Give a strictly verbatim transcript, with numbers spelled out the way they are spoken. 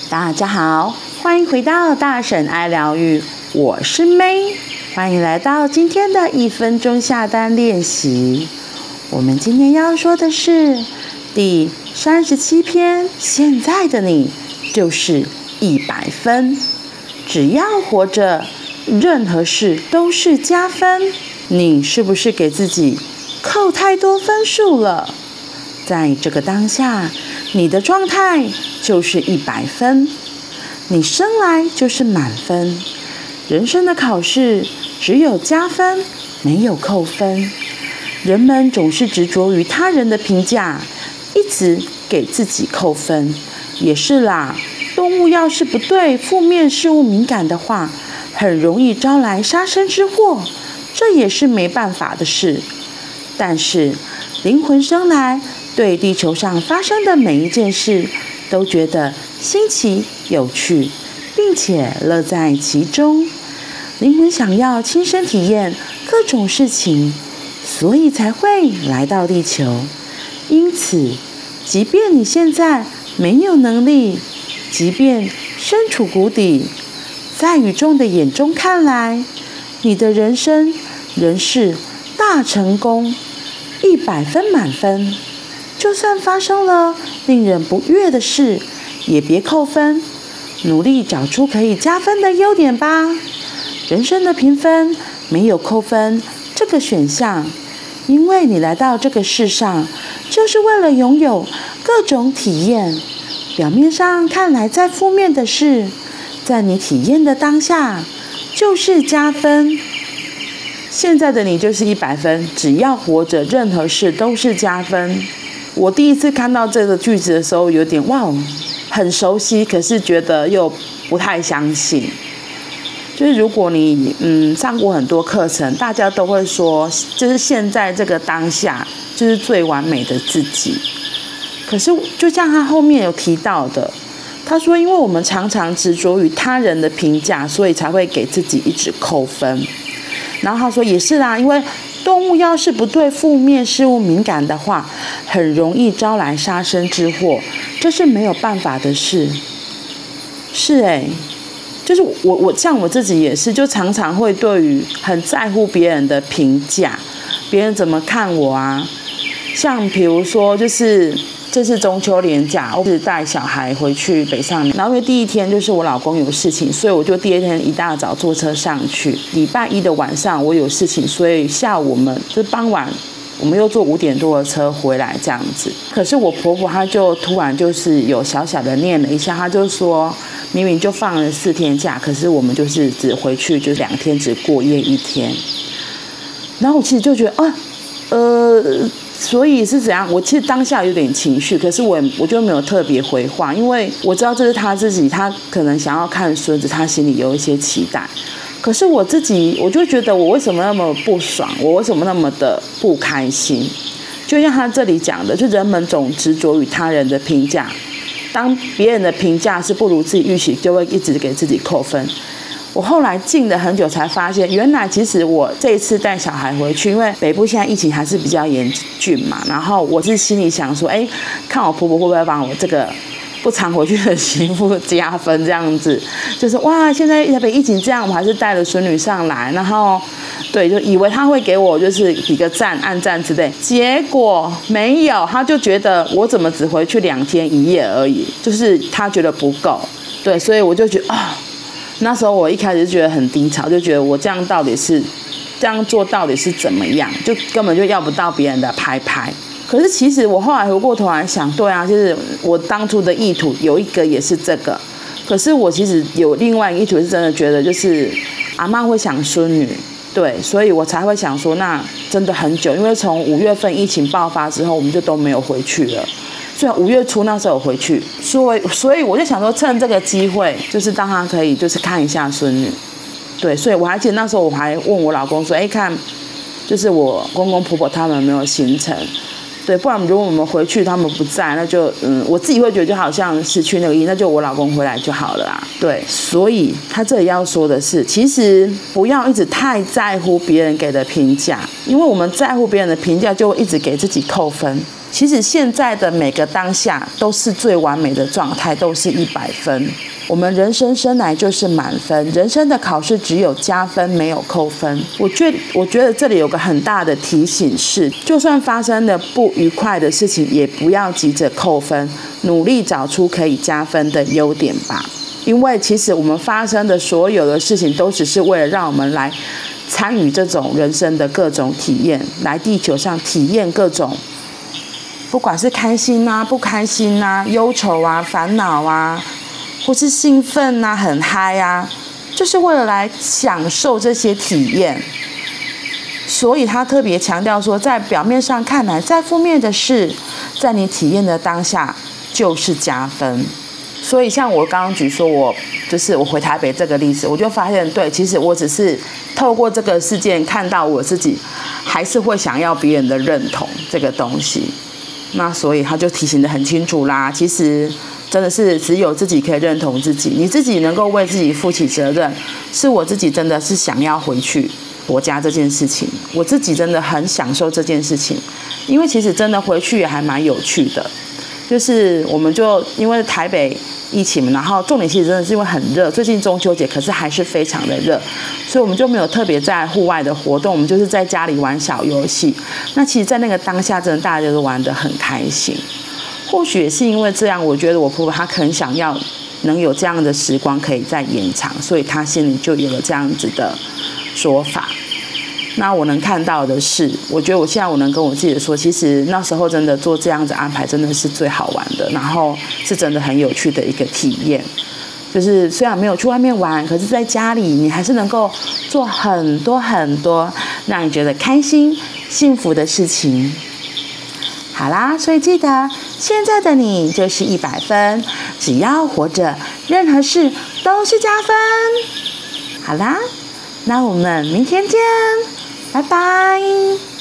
大家好，欢迎回到大婶爱疗愈，我是 May， 欢迎来到今天的一分钟下单练习。我们今天要说的是第三十七篇，现在的你就是一百分，只要活着，任何事都是加分。你是不是给自己扣太多分数了？在这个当下，你的状态就是一百分，你生来就是满分。人生的考试只有加分，没有扣分。人们总是执着于他人的评价，一直给自己扣分。也是啦，动物要是不对负面事物敏感的话，很容易招来杀身之祸，这也是没办法的事。但是灵魂生来对地球上发生的每一件事都觉得新奇有趣，并且乐在其中。灵魂想要亲身体验各种事情，所以才会来到地球。因此，即便你现在没有能力，即便身处谷底，在宇宙的眼中看来，你的人生仍是大成功，一百分满分。就算发生了令人不悦的事，也别扣分，努力找出可以加分的优点吧。人生的评分没有扣分这个选项，因为你来到这个世上，就是为了拥有各种体验。表面上看来再负面的事，在你体验的当下，就是加分。现在的你就是一百分，只要活着，任何事都是加分。我第一次看到这个句子的时候，有点哇，很熟悉，可是觉得又不太相信。就是如果你嗯上过很多课程，大家都会说，就是现在这个当下就是最完美的自己。可是就像他后面有提到的，他说，因为我们常常执着于他人的评价，所以才会给自己一直扣分。然后他说也是啦，因为动物要是不对负面事物敏感的话，很容易招来杀身之祸，这是没有办法的事。是哎，就是我我像我自己也是，就常常会对于很在乎别人的评价，别人怎么看我啊。像比如说就是这次中秋连假，我是带小孩回去北上，然后因为第一天就是我老公有事情，所以我就第二天一大早坐车上去。礼拜一的晚上我有事情，所以下午我们就是傍晚我们又坐五点多的车回来这样子。可是我婆婆她就突然就是有小小的念了一下，她就说明明就放了四天假，可是我们就是只回去就两天，只过夜一天。然后我其实就觉得啊，呃。所以是怎样？我其实当下有点情绪，可是我我就没有特别回话，因为我知道这是他自己，他可能想要看孙子，他心里有一些期待。可是我自己，我就觉得我为什么那么不爽？我为什么那么的不开心？就像他这里讲的，就人们总执着于他人的评价，当别人的评价是不如自己预期，就会一直给自己扣分。我后来静了很久才发现，原来其实我这一次带小孩回去，因为北部现在疫情还是比较严峻嘛，然后我是心里想说，哎，看我婆婆会不会帮我这个不常回去的媳妇加分，这样子，就是哇，现在台北疫情这样，我还是带了孙女上来，然后对，就以为他会给我就是比个赞、按赞之类，结果没有，他就觉得我怎么只回去两天一夜而已，就是他觉得不够，对，所以我就觉得啊。哦，那时候我一开始就觉得很低潮，就觉得我这样到底是这样做到底是怎么样，就根本就要不到别人的拍拍。可是其实我后来回过头来想，对啊，就是我当初的意图有一个也是这个，可是我其实有另外一个意图是真的觉得就是阿嬷会想孙女，对，所以我才会想说那真的很久，因为从五月份疫情爆发之后，我们就都没有回去了。虽然五月初那时候有回去，所以所以我就想说，趁这个机会，就是让他可以就是看一下孙女，对，所以我还记得那时候我还问我老公说，哎，看，就是我公公婆婆他们有没有行程， 对，不然如果我们回去他们不在，那就嗯，我自己会觉得就好像失去那个意义，那就我老公回来就好了啊。对，所以他这里要说的是，其实不要一直太在乎别人给的评价，因为我们在乎别人的评价，就会一直给自己扣分。其实现在的每个当下都是最完美的状态，都是一百分。我们人生生来就是满分，人生的考试只有加分没有扣分。我觉得，我觉得这里有个很大的提醒是，就算发生了不愉快的事情，也不要急着扣分，努力找出可以加分的优点吧。因为其实我们发生的所有的事情，都只是为了让我们来参与这种人生的各种体验，来地球上体验各种。不管是开心啊、不开心啊、忧愁啊、烦恼啊，或是兴奋啊、很嗨啊，就是为了来享受这些体验。所以他特别强调说，在表面上看来再负面的事，在你体验的当下就是加分。所以像我刚刚举说，我就是我回台北这个例子，我就发现，对，其实我只是透过这个事件看到我自己，还是会想要别人的认同这个东西。那所以他就提醒得很清楚啦，其实真的是只有自己可以认同自己，你自己能够为自己负起责任。是我自己真的是想要回去我家这件事情，我自己真的很享受这件事情，因为其实真的回去也还蛮有趣的。就是我们就因为台北疫情，然后重点其实真的是因为很热，最近中秋节可是还是非常的热，所以我们就没有特别在户外的活动，我们就是在家里玩小游戏。那其实在那个当下真的大家都玩得很开心，或许也是因为这样，我觉得我婆婆她很想要能有这样的时光可以再延长，所以她心里就有了这样子的说法。那我能看到的是，我觉得我现在我能跟我自己说，其实那时候真的做这样子安排真的是最好玩的，然后是真的很有趣的一个体验。就是虽然没有去外面玩，可是在家里你还是能够做很多很多让你觉得开心幸福的事情。好啦，所以记得现在的你就是一百分，只要活着，任何事都是加分。好啦，那我们明天见，拜拜。